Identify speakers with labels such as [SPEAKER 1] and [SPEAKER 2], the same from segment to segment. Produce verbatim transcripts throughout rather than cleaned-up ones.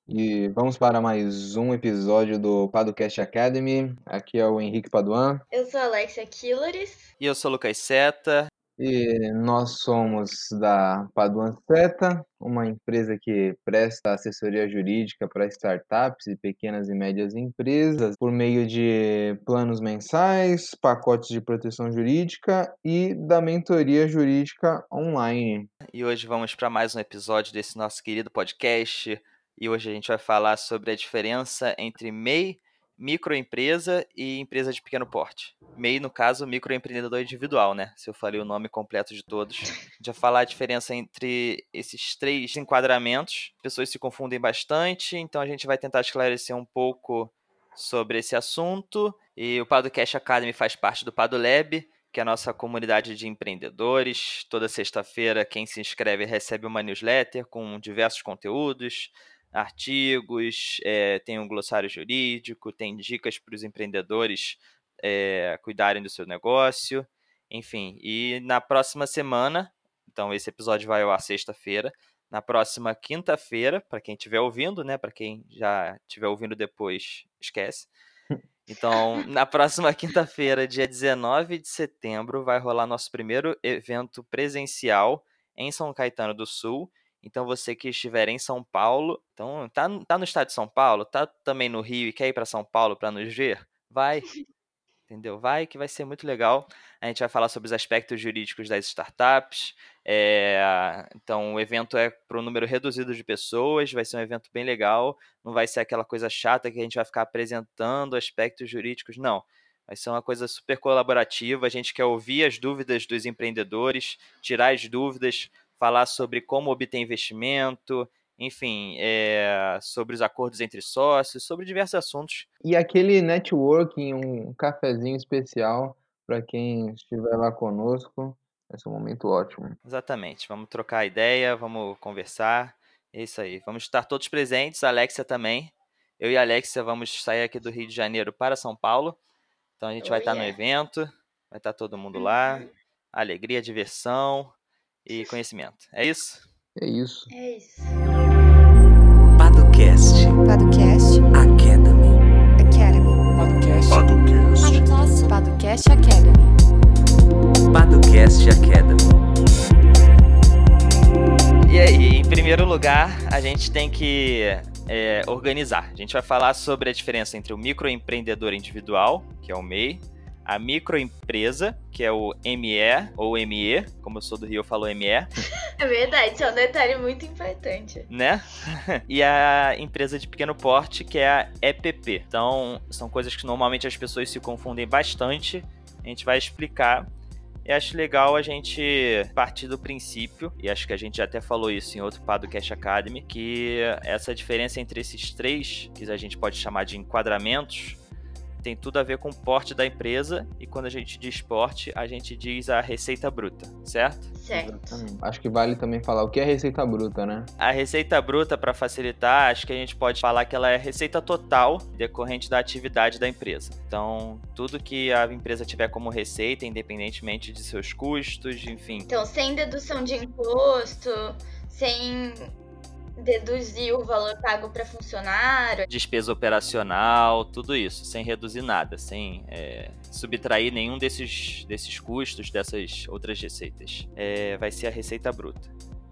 [SPEAKER 1] E vamos para mais um episódio do Padocast Academy. Aqui é o Henrique Paduan.
[SPEAKER 2] Eu sou a Alexia Killores.
[SPEAKER 3] E eu sou o Lucas Seta.
[SPEAKER 1] E nós somos da Paduan Seta, uma empresa que presta assessoria jurídica para startups e pequenas e médias empresas por meio de planos mensais, pacotes de proteção jurídica e da mentoria jurídica online.
[SPEAKER 3] E hoje vamos para mais um episódio desse nosso querido podcast. E hoje a gente vai falar sobre a diferença entre M E I, microempresa e empresa de pequeno porte. M E I, no caso, microempreendedor individual, né? Se eu falei o nome completo de todos. A gente vai falar a diferença entre esses três enquadramentos. As pessoas se confundem bastante, então a gente vai tentar esclarecer um pouco sobre esse assunto. E o Padocast Academy faz parte do Padolab, que é a nossa comunidade de empreendedores. Toda sexta-feira, quem se inscreve recebe uma newsletter com diversos conteúdos, artigos, é, tem um glossário jurídico, tem dicas para os empreendedores é, cuidarem do seu negócio, enfim. E na próxima semana, então esse episódio vai ao ar sexta-feira, na próxima quinta-feira, para quem estiver ouvindo, né? Para quem já estiver ouvindo depois, esquece. Então, na próxima quinta-feira, dia dezenove de setembro, vai rolar nosso primeiro evento presencial em São Caetano do Sul. Então, você que estiver em São Paulo, então tá, tá no estado de São Paulo, tá também no Rio e quer ir para São Paulo para nos ver? Vai, entendeu? Vai que vai ser muito legal. A gente vai falar sobre os aspectos jurídicos das startups. É, então, o evento é para um número reduzido de pessoas, vai ser um evento bem legal. Não vai ser aquela coisa chata que a gente vai ficar apresentando aspectos jurídicos, não. Vai ser uma coisa super colaborativa. A gente quer ouvir as dúvidas dos empreendedores, tirar as dúvidas, falar sobre como obter investimento, enfim, é, sobre os acordos entre sócios, sobre diversos assuntos.
[SPEAKER 1] E aquele networking, um cafezinho especial para quem estiver lá conosco. Vai ser um momento ótimo.
[SPEAKER 3] Exatamente. Vamos trocar ideia, vamos conversar. É isso aí. Vamos estar todos presentes, a Alexia também. Eu e a Alexia vamos sair aqui do Rio de Janeiro para São Paulo. Então a gente
[SPEAKER 2] Oh,
[SPEAKER 3] vai estar no
[SPEAKER 2] yeah.
[SPEAKER 3] evento, vai estar todo mundo lá.
[SPEAKER 2] Uhum.
[SPEAKER 3] Alegria, diversão e conhecimento. É isso?
[SPEAKER 1] É isso.
[SPEAKER 2] É isso.
[SPEAKER 4] Padocast
[SPEAKER 5] Padocast
[SPEAKER 4] Academy.
[SPEAKER 5] Academy.
[SPEAKER 4] Podcast.
[SPEAKER 5] Padocast. Padocast Academy.
[SPEAKER 4] Padocast Academy.
[SPEAKER 3] E aí, em primeiro lugar, a gente tem que é, organizar. A gente vai falar sobre a diferença entre o microempreendedor individual, que é o M E I, a microempresa, que é o M E ou M E, como eu sou do Rio, eu falo M E,
[SPEAKER 2] É verdade, é um detalhe muito importante.
[SPEAKER 3] né? E a empresa de pequeno porte, que é a E P P. Então, são coisas que normalmente as pessoas se confundem bastante. A gente vai explicar. E acho legal a gente partir do princípio, e acho que a gente já até falou isso em outro Padocast Academy, que essa diferença entre esses três, que a gente pode chamar de enquadramentos, tem tudo a ver com o porte da empresa, e quando a gente diz porte, a gente diz a receita bruta, certo?
[SPEAKER 2] Certo.
[SPEAKER 1] Exatamente. Acho que vale também falar o que é receita bruta, né?
[SPEAKER 3] A receita bruta, para facilitar, acho que a gente pode falar que ela é a receita total decorrente da atividade da empresa. Então, tudo que a empresa tiver como receita, independentemente de seus custos, enfim.
[SPEAKER 2] Então, sem dedução de imposto, sem deduzir o valor pago para funcionário.
[SPEAKER 3] Despesa operacional, tudo isso, sem reduzir nada, sem é, subtrair nenhum desses, desses custos, dessas outras receitas. É, vai ser a receita bruta.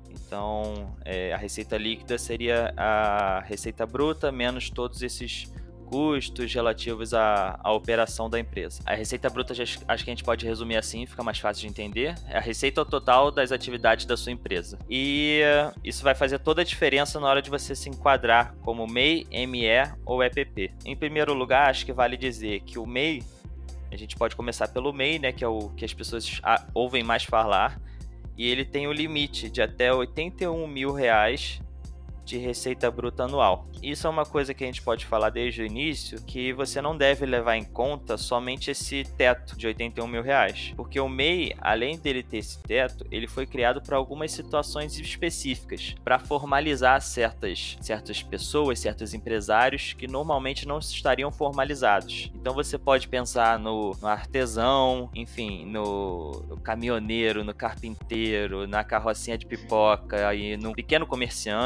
[SPEAKER 3] Então, é, a receita líquida seria a receita bruta menos todos esses custos relativos à, à operação da empresa. A receita bruta, acho que a gente pode resumir assim, fica mais fácil de entender. É a receita total das atividades da sua empresa. E isso vai fazer toda a diferença na hora de você se enquadrar como M E I, M E ou E P P. Em primeiro lugar, acho que vale dizer que o M E I, a gente pode começar pelo M E I, né, que é o que as pessoas ouvem mais falar, e ele tem o limite de até oitenta e um mil reais de receita bruta anual. Isso é uma coisa que a gente pode falar desde o início, que você não deve levar em conta somente esse teto de oitenta e um mil reais, porque o M E I, além dele ter esse teto, ele foi criado para algumas situações específicas, para formalizar certas, certas pessoas, certos empresários que normalmente não estariam formalizados. Então você pode pensar no, no artesão, enfim, no, no caminhoneiro, no carpinteiro, na carrocinha de pipoca, e no pequeno comerciante.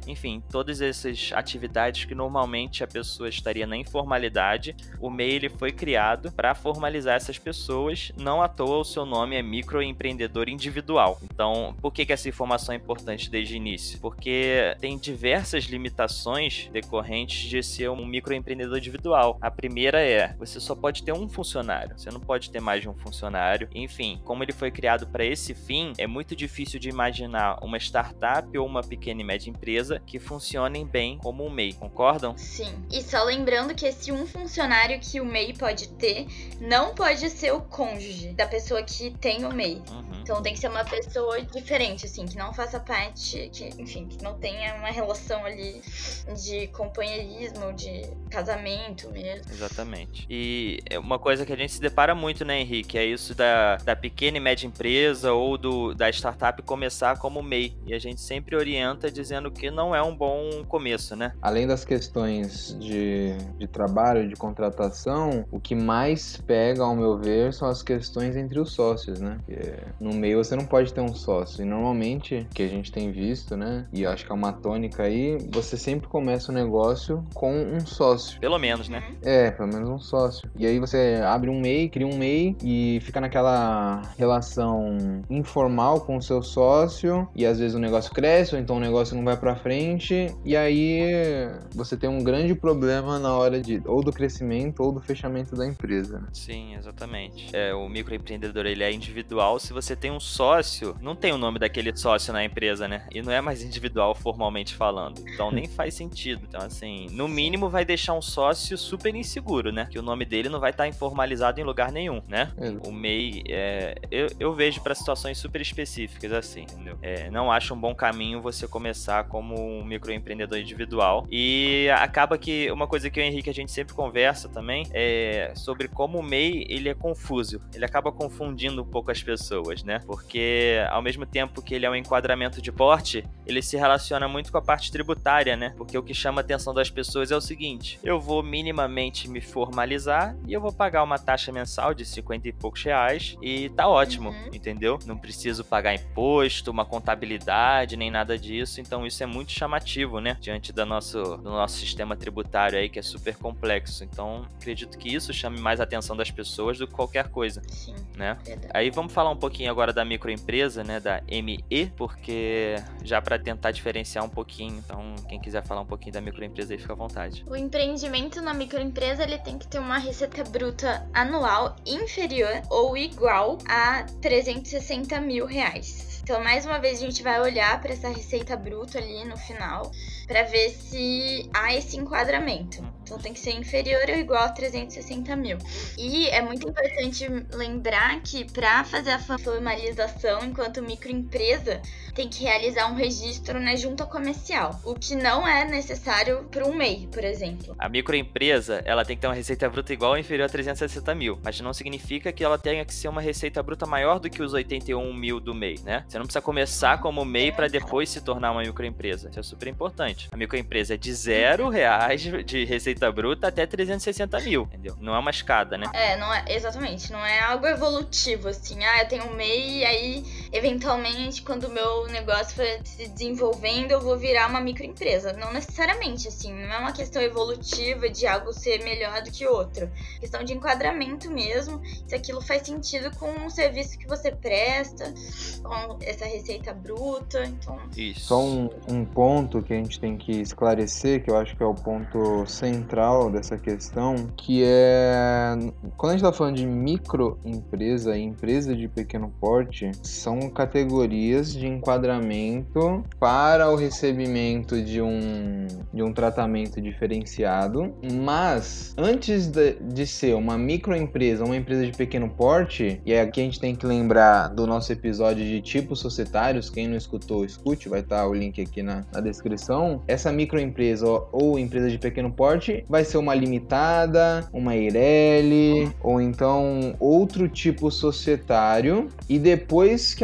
[SPEAKER 3] enfim, todas essas atividades que normalmente a pessoa estaria na informalidade, o M E I ele foi criado para formalizar essas pessoas, não à toa o seu nome é microempreendedor individual. Então, por que que essa informação é importante desde o início? Porque tem diversas limitações decorrentes de ser um microempreendedor individual. A primeira é, você só pode ter um funcionário, você não pode ter mais de um funcionário. Enfim, como ele foi criado para esse fim, é muito difícil de imaginar uma startup ou uma pequena e média empresa que funcionem bem como um M E I, concordam?
[SPEAKER 2] Sim. E só lembrando que esse um funcionário que o M E I pode ter não pode ser o cônjuge da pessoa que tem o M E I.
[SPEAKER 3] Uhum.
[SPEAKER 2] Então tem que ser uma pessoa diferente, assim, que não faça parte, que, enfim, que não tenha uma relação ali de companheirismo, de casamento mesmo.
[SPEAKER 3] Exatamente. E é uma coisa que a gente se depara muito, né, Henrique? É isso da, da pequena e média empresa ou do, da startup começar como M E I. E a gente sempre orienta dizendo que não é um bom começo, né?
[SPEAKER 1] Além das questões de, de trabalho, de contratação, o que mais pega, ao meu ver, são as questões entre os sócios, né? Porque no meio você não pode ter um sócio. E normalmente, que a gente tem visto, né? E eu acho que é uma tônica aí, você sempre começa o negócio com um sócio.
[SPEAKER 3] Pelo menos, né?
[SPEAKER 1] É, pelo menos um sócio. E aí você abre um M E I, cria um M E I e fica naquela relação informal com o seu sócio e às vezes o negócio cresce ou então o negócio não vai pra frente e aí você tem um grande problema na hora de ou do crescimento ou do fechamento da empresa. Né?
[SPEAKER 3] Sim, exatamente. É, o microempreendedor, ele é individual. Se você tem um sócio, não tem o nome daquele sócio na empresa, né? E não é mais individual formalmente falando. Então nem faz sentido. Então, assim, no mínimo vai deixar um sócio super inseguro, né? Que o nome dele não vai estar informalizado em lugar nenhum, né?
[SPEAKER 1] Exato.
[SPEAKER 3] O M E I, é, eu, eu vejo para situações super específicas, assim, entendeu? É, não acho um bom caminho você começar como um microempreendedor individual. E acaba que uma coisa que o Henrique a gente sempre conversa também é sobre como o M E I ele é confuso. Ele acaba confundindo um pouco as pessoas, né? Porque ao mesmo tempo que ele é um enquadramento de porte, ele se relaciona muito com a parte tributária, né? Porque o que chama a atenção das pessoas é o seguinte: eu vou minimamente me formalizar e eu vou pagar uma taxa mensal de cinquenta e poucos reais e tá ótimo,
[SPEAKER 2] Uhum.
[SPEAKER 3] entendeu? Não preciso pagar imposto, uma contabilidade, nem nada disso. Então isso é muito chamativo, né? Diante do nosso, do nosso sistema tributário aí, que é super complexo. Então acredito que isso chame mais a atenção das pessoas do que qualquer coisa,
[SPEAKER 2] Sim,
[SPEAKER 3] né?
[SPEAKER 2] verdade.
[SPEAKER 3] Aí vamos falar um pouquinho agora da microempresa, né, da M E, porque já para tentar diferenciar um pouquinho, então quem quiser falar um pouquinho da microempresa aí, fica à vontade.
[SPEAKER 2] O empreendimento na microempresa ele tem que ter uma receita bruta anual inferior ou igual a trezentos e sessenta mil reais. Então, mais uma vez, a gente vai olhar para essa receita bruta ali no final para ver se há esse enquadramento. Então, tem que ser inferior ou igual a trezentos e sessenta mil. E é muito importante lembrar que para fazer a formalização enquanto microempresa, tem que realizar um registro na junta comercial, o que não é necessário para um M E I, por exemplo.
[SPEAKER 3] A microempresa, ela tem que ter uma receita bruta igual ou inferior a trezentos e sessenta mil, mas não significa que ela tenha que ser uma receita bruta maior do que os oitenta e um mil do M E I, né? Você não precisa começar como M E I para depois se tornar uma microempresa. Isso é super importante. A microempresa é de zero reais de receita bruta até trezentos e sessenta mil, entendeu? Não é uma escada, né?
[SPEAKER 2] É, não é, exatamente, não é algo evolutivo, assim, ah, eu tenho um M E I e aí, eventualmente, quando o meu negócio for se desenvolvendo, eu vou virar uma microempresa. Não necessariamente, assim, não é uma questão evolutiva de algo ser melhor do que outro. É questão de enquadramento mesmo, se aquilo faz sentido com o serviço que você presta, com essa receita bruta, então...
[SPEAKER 3] Isso.
[SPEAKER 1] Só um, um ponto que a gente tem que esclarecer, que eu acho que é o ponto central dessa questão, que é... Quando a gente está falando de microempresa e empresa de pequeno porte, são categorias de enquadramento para o recebimento de um, de um tratamento diferenciado, mas antes de, de ser uma microempresa, uma empresa de pequeno porte, e aqui a gente tem que lembrar do nosso episódio de tipos societários, quem não escutou, escute, vai estar o link aqui na, na descrição. Essa microempresa ou, ou empresa de pequeno porte vai ser uma limitada, uma Eireli, ou então outro tipo societário, e depois que ela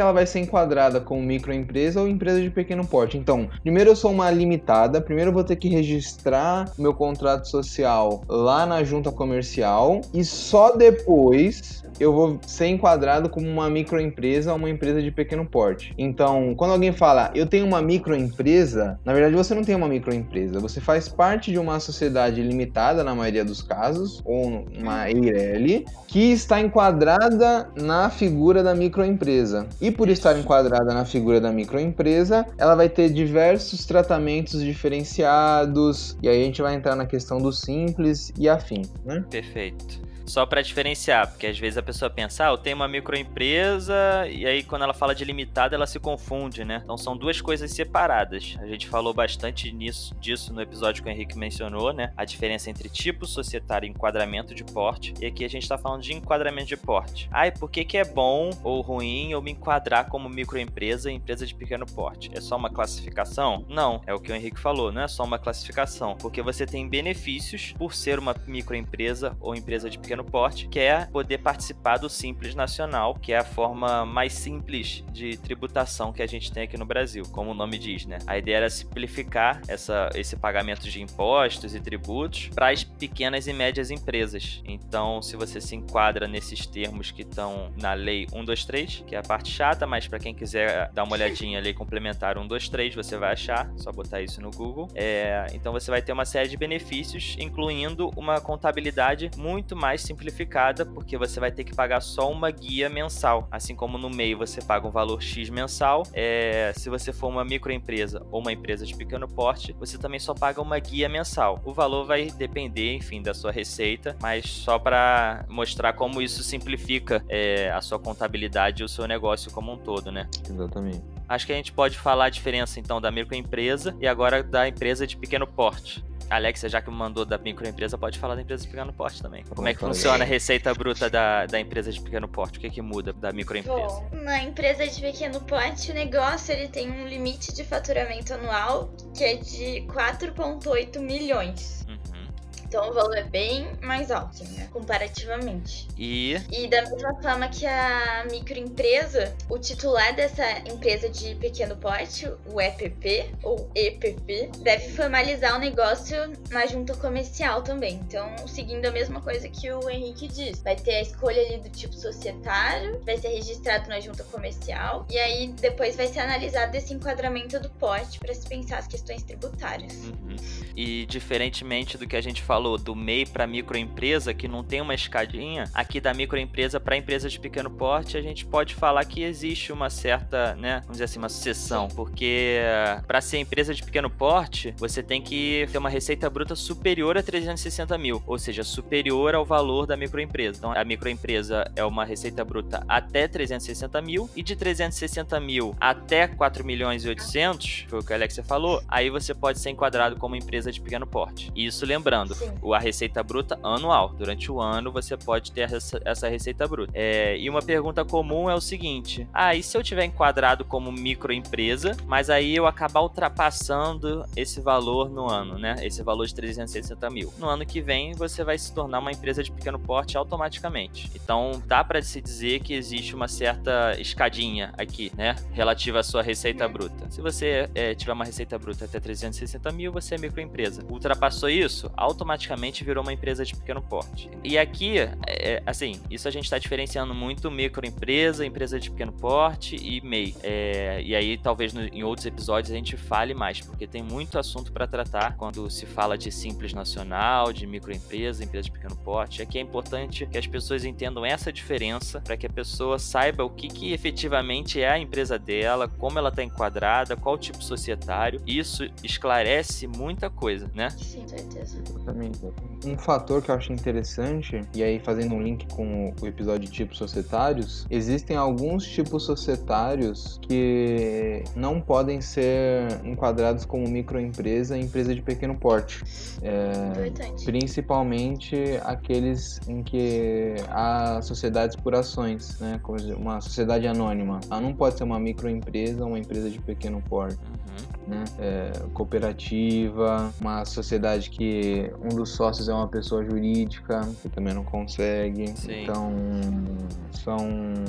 [SPEAKER 1] ela vai ser enquadrada como microempresa ou empresa de pequeno porte? Então, primeiro eu sou uma limitada, primeiro eu vou ter que registrar meu contrato social lá na junta comercial e só depois eu vou ser enquadrado como uma microempresa ou uma empresa de pequeno porte. Então, quando alguém fala, eu tenho uma microempresa, na verdade você não tem uma microempresa, você faz parte de uma sociedade limitada, na maioria dos casos, ou uma E I R L, que está enquadrada na figura da microempresa. E por estar enquadrada na figura da microempresa, ela vai ter diversos tratamentos diferenciados, e aí a gente vai entrar na questão do simples e afim, né?
[SPEAKER 3] Perfeito. Só para diferenciar, porque às vezes a pessoa pensa, ah, eu tenho uma microempresa, e aí quando ela fala de limitada, ela se confunde, né? Então são duas coisas separadas. A gente falou bastante nisso, disso no episódio que o Henrique mencionou, né? A diferença entre tipo societário e enquadramento de porte. E aqui a gente tá falando de enquadramento de porte. Ah, e por que que é bom ou ruim eu me enquadrar como microempresa e empresa de pequeno porte? É só uma classificação? Não, é o que o Henrique falou, não é só uma classificação, porque você tem benefícios por ser uma microempresa ou empresa de pequeno porte, que é poder participar do Simples Nacional, que é a forma mais simples de tributação que a gente tem aqui no Brasil, como o nome diz, né? A ideia era simplificar essa, esse pagamento de impostos e tributos para as pequenas e médias empresas. Então, se você se enquadra nesses termos que estão na Lei cento e vinte e três, que é a parte chata, mas para quem quiser dar uma olhadinha, a Lei Complementar cento e vinte e três, você vai achar, só botar isso no Google. É, então, você vai ter uma série de benefícios, incluindo uma contabilidade muito mais simplificada, porque você vai ter que pagar só uma guia mensal. Assim como no M E I você paga um valor X mensal, é, se você for uma microempresa ou uma empresa de pequeno porte, você também só paga uma guia mensal. O valor vai depender, enfim, da sua receita, mas só para mostrar como isso simplifica é, a sua contabilidade e o seu negócio como um todo, né?
[SPEAKER 1] Exatamente.
[SPEAKER 3] Acho que a gente pode falar a diferença, então, da microempresa e agora da empresa de pequeno porte. Alexia, já que me mandou da microempresa, pode falar da empresa de pequeno porte também. Como é que funciona a receita bruta da, da empresa de pequeno porte? O que que muda da microempresa?
[SPEAKER 2] Bom, na empresa de pequeno porte, o negócio ele tem um limite de faturamento anual que é de quatro vírgula oito milhões.
[SPEAKER 3] Uhum.
[SPEAKER 2] Então o valor é bem mais alto, né? Comparativamente.
[SPEAKER 3] E...
[SPEAKER 2] E da mesma forma que a microempresa, o titular dessa empresa de pequeno porte, o E P P ou E P P, deve formalizar o negócio na junta comercial também. Então, seguindo a mesma coisa que o Henrique disse. Vai ter a escolha ali do tipo societário, vai ser registrado na junta comercial, e aí depois vai ser analisado esse enquadramento do porte para se pensar as questões tributárias.
[SPEAKER 3] Uhum. E diferentemente do que a gente falou do M E I para microempresa, que não tem uma escadinha, aqui da microempresa para empresa de pequeno porte, a gente pode falar que existe uma certa, né, vamos dizer assim, uma sucessão, porque para ser empresa de pequeno porte, você tem que ter uma receita bruta superior a trezentos e sessenta mil, ou seja, superior ao valor da microempresa. Então, a microempresa é uma receita bruta até trezentos e sessenta mil, e de trezentos e sessenta mil até quatro milhões e oitocentos, foi o que a Alexia falou, aí você pode ser enquadrado como empresa de pequeno porte. Isso lembrando,
[SPEAKER 2] Sim.
[SPEAKER 3] a receita bruta anual. Durante o ano você pode ter essa, essa receita bruta. É, e uma pergunta comum é o seguinte: ah, e se eu tiver enquadrado como microempresa, mas aí eu acabar ultrapassando esse valor no ano, né? Esse valor de trezentos e sessenta mil. No ano que vem você vai se tornar uma empresa de pequeno porte automaticamente. Então dá para se dizer que existe uma certa escadinha aqui, né? Relativa à sua receita
[SPEAKER 2] Uhum.
[SPEAKER 3] bruta. Se você é, tiver uma receita bruta até trezentos e sessenta mil, você é microempresa. Ultrapassou isso, automaticamente virou uma empresa de pequeno porte. E aqui, é, assim, isso a gente está diferenciando muito microempresa, empresa de pequeno porte e M E I. É, e aí, talvez no, em outros episódios a gente fale mais, porque tem muito assunto para tratar quando se fala de Simples Nacional, de microempresa, empresa de pequeno porte. Aqui é importante que as pessoas entendam essa diferença para que a pessoa saiba o que, que efetivamente é a empresa dela, como ela está enquadrada, qual o tipo societário. Isso esclarece muita coisa, né?
[SPEAKER 2] Sim, com certeza.
[SPEAKER 1] Exatamente. Um fator que eu acho interessante, e aí fazendo um link com o episódio de tipos societários, existem alguns tipos societários que não podem ser enquadrados como microempresa e empresa de pequeno porte. É,
[SPEAKER 2] Importante.
[SPEAKER 1] principalmente aqueles em que há sociedades por ações, né? Como uma sociedade anônima. Ela não pode ser uma microempresa ou uma empresa de pequeno porte.
[SPEAKER 3] Uhum.
[SPEAKER 1] Né? É, cooperativa, uma sociedade que um dos sócios é uma pessoa jurídica, que também não consegue.
[SPEAKER 3] Sim.
[SPEAKER 1] Então, são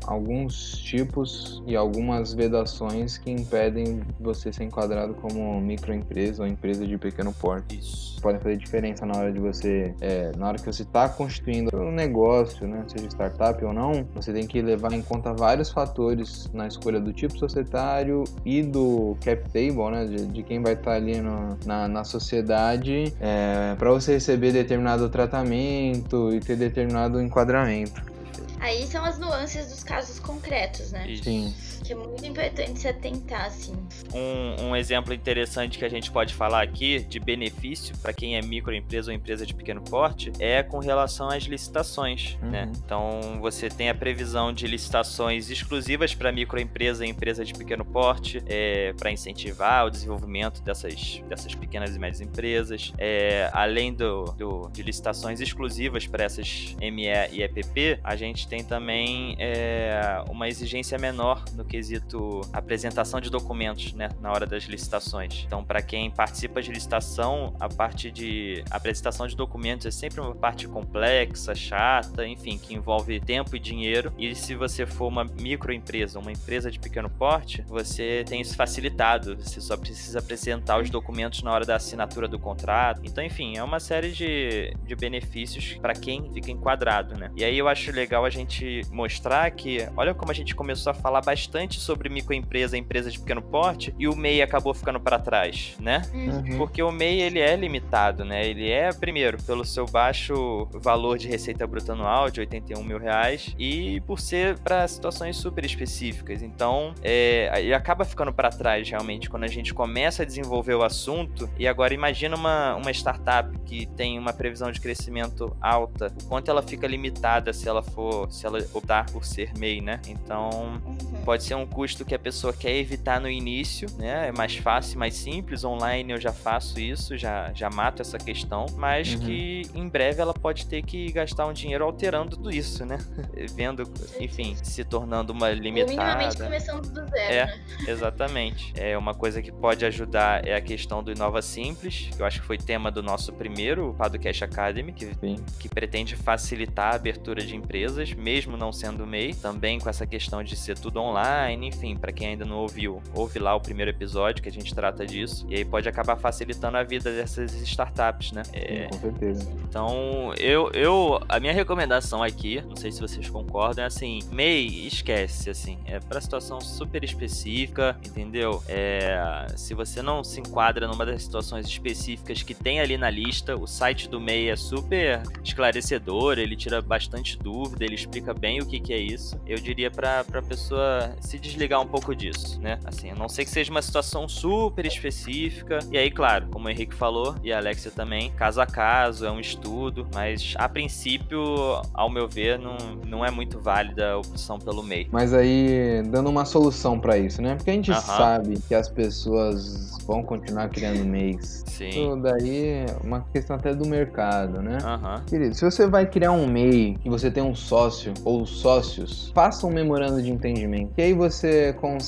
[SPEAKER 1] alguns tipos e algumas vedações que impedem você ser enquadrado como microempresa ou empresa de pequeno porte.
[SPEAKER 3] Isso.
[SPEAKER 1] Podem fazer diferença na hora de você, é, na hora que você está constituindo um negócio, né, seja startup ou não, você tem que levar em conta vários fatores na escolha do tipo societário e do cap table, né, de, de quem vai estar tá ali no, na, na sociedade, é, para você receber determinado tratamento e ter determinado enquadramento.
[SPEAKER 2] Aí são as nuances dos casos concretos, né?
[SPEAKER 3] Isso.
[SPEAKER 1] Sim.
[SPEAKER 2] Que é muito importante se atentar, assim.
[SPEAKER 3] Um, um exemplo interessante que a gente pode falar aqui de benefício para quem é microempresa ou empresa de pequeno porte é com relação às licitações,
[SPEAKER 1] Uhum.
[SPEAKER 3] né? Então você tem a previsão de licitações exclusivas para microempresa e empresa de pequeno porte, é, para incentivar o desenvolvimento dessas, dessas pequenas e médias empresas, é, além do, do, de licitações exclusivas para essas M E e E P P, a gente tem também é, uma exigência menor no quesito apresentação de documentos, né, na hora das licitações. Então, para quem participa de licitação, a parte de apresentação de documentos é sempre uma parte complexa, chata, enfim, que envolve tempo e dinheiro. E se você for uma microempresa, uma empresa de pequeno porte, você tem isso facilitado. Você só precisa apresentar os documentos na hora da assinatura do contrato. Então, enfim, é uma série de, de benefícios para quem fica enquadrado, né? E aí eu acho legal a gente mostrar que, olha como a gente começou a falar bastante sobre microempresa, empresa de pequeno porte, e o M E I acabou ficando para trás, né?
[SPEAKER 1] Uhum.
[SPEAKER 3] Porque o M E I, ele é limitado, né? Ele é, primeiro, pelo seu baixo valor de receita bruta anual, de oitenta e um mil reais, e por ser para situações super específicas. Então, é, ele acaba ficando para trás, realmente, quando a gente começa a desenvolver o assunto. E agora, imagina uma, uma startup que tem uma previsão de crescimento alta, o quanto ela fica limitada se ela for, se ela optar por ser M E I, né? Então,
[SPEAKER 2] Uhum.
[SPEAKER 3] pode ser um custo que a pessoa quer evitar no início, né? É mais fácil, mais simples. Online eu já faço isso, já, já mato essa questão, mas
[SPEAKER 1] Uhum.
[SPEAKER 3] que em breve ela pode ter que gastar um dinheiro alterando tudo isso, né? Vendo, enfim, se tornando uma
[SPEAKER 2] Ou minimamente
[SPEAKER 3] limitada.
[SPEAKER 2] começando do zero,
[SPEAKER 3] É.
[SPEAKER 2] né?
[SPEAKER 3] Exatamente. É uma coisa que pode ajudar é a questão do Inova Simples, que eu acho que foi tema do nosso primeiro Padocast Academy, que,
[SPEAKER 1] Sim.
[SPEAKER 3] que pretende facilitar a abertura de empresas, mesmo não sendo M E I, também com essa questão de ser tudo online, enfim, para quem ainda não ouviu, ouve lá o primeiro episódio que a gente trata disso, e aí pode acabar facilitando a vida dessas startups, né? É,
[SPEAKER 1] Sim, com certeza.
[SPEAKER 3] então, eu, eu, a minha recomendação aqui, não sei se vocês concordam, é assim, M E I, esquece, assim, é pra situação super específica, entendeu? É, se você não se enquadra numa das situações específicas que tem ali na lista, o site do M E I é super esclarecedor, ele tira bastante dúvida, ele explica bem o que que é isso. Eu diria pra, pra pessoa se desligar um pouco disso, né? Assim, a não ser que seja uma situação super específica, e aí, claro, como o Henrique falou, e a Alexia também, caso a caso, é um estudo, mas a princípio, ao meu ver, não, não é muito válida a opção pelo M E I.
[SPEAKER 1] Mas aí, dando uma solução pra isso, né? Porque a gente
[SPEAKER 3] Aham.
[SPEAKER 1] sabe que as pessoas vão continuar criando M E Is.
[SPEAKER 3] Sim.
[SPEAKER 1] Isso daí é uma questão até do mercado, né?
[SPEAKER 3] Aham.
[SPEAKER 1] Querido, se você vai criar um M E I e você tem um sócio ou sócios, faça um memorando de entendimento. Que aí você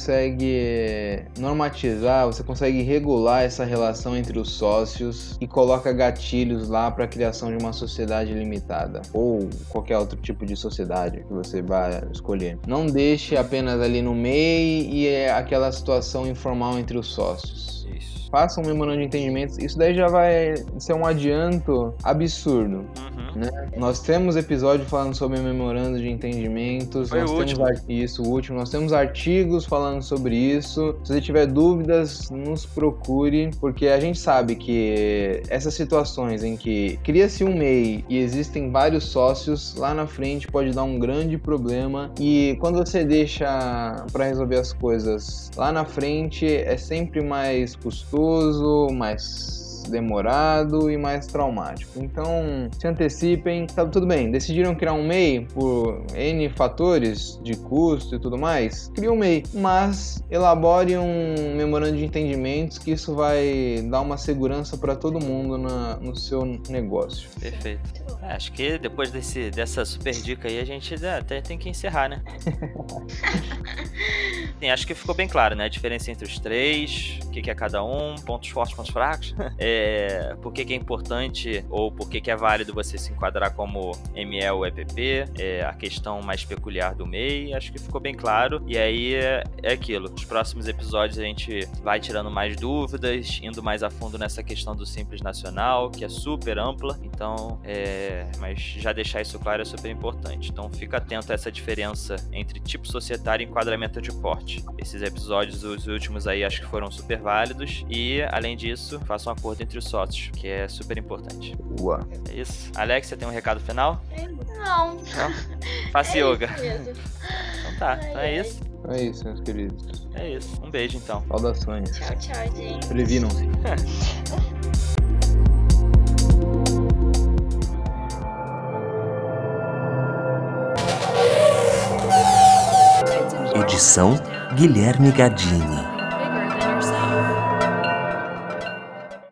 [SPEAKER 1] consegue normatizar, você consegue regular essa relação entre os sócios e coloca gatilhos lá para a criação de uma sociedade limitada ou qualquer outro tipo de sociedade que você vai escolher. Não deixe apenas ali no M E I e é aquela situação informal entre os sócios.
[SPEAKER 3] Isso.
[SPEAKER 1] Faça um memorando de entendimento. Isso daí já vai ser um adianto absurdo.
[SPEAKER 3] Uhum.
[SPEAKER 1] Né? Nós temos episódio falando sobre memorando de entendimentos.
[SPEAKER 3] Foi
[SPEAKER 1] nós
[SPEAKER 3] o
[SPEAKER 1] temos
[SPEAKER 3] último.
[SPEAKER 1] ar- Isso, o último. Nós temos artigos falando sobre isso. Se você tiver dúvidas, nos procure, porque a gente sabe que essas situações em que cria-se um M E I e existem vários sócios, lá na frente pode dar um grande problema. E quando você deixa para resolver as coisas lá na frente, é sempre mais custoso, mais demorado e mais traumático. Então, se antecipem, tá tudo bem. Decidiram criar um M E I por N fatores de custo e tudo mais? Cria um M E I, mas elabore um memorando de entendimentos que isso vai dar uma segurança para todo mundo na, no seu negócio.
[SPEAKER 3] Perfeito. É, acho que depois desse, dessa super dica aí, a gente é, até tem que encerrar, né? Sim, acho que ficou bem claro, né? A diferença entre os três, o que, que é cada um, pontos fortes, pontos fracos. É, é, por que, que é importante ou por que, que é válido você se enquadrar como M E ou E P P, é, a questão mais peculiar do M E I, acho que ficou bem claro. E aí é, é aquilo, nos próximos episódios a gente vai tirando mais dúvidas, indo mais a fundo nessa questão do Simples Nacional, que é super ampla, então, é, mas já deixar isso claro é super importante. Então fica atento a essa diferença entre tipo societário e enquadramento de porte. Esses episódios, os últimos aí, acho que foram super válidos e, além disso, faça um acordo entre os sócios, que é super importante.
[SPEAKER 1] Boa.
[SPEAKER 3] É isso. Alex, você tem um recado final?
[SPEAKER 2] Não.
[SPEAKER 3] Não? Faça
[SPEAKER 2] É
[SPEAKER 3] yoga.
[SPEAKER 2] isso mesmo.
[SPEAKER 3] Então tá,
[SPEAKER 2] Ai,
[SPEAKER 3] então é
[SPEAKER 2] ai.
[SPEAKER 3] isso.
[SPEAKER 1] É isso, meus queridos.
[SPEAKER 3] É isso. Um beijo, então.
[SPEAKER 1] Saudações.
[SPEAKER 2] Tchau, tchau, gente.
[SPEAKER 1] Previnam-se.
[SPEAKER 4] Edição Guilherme Gadini.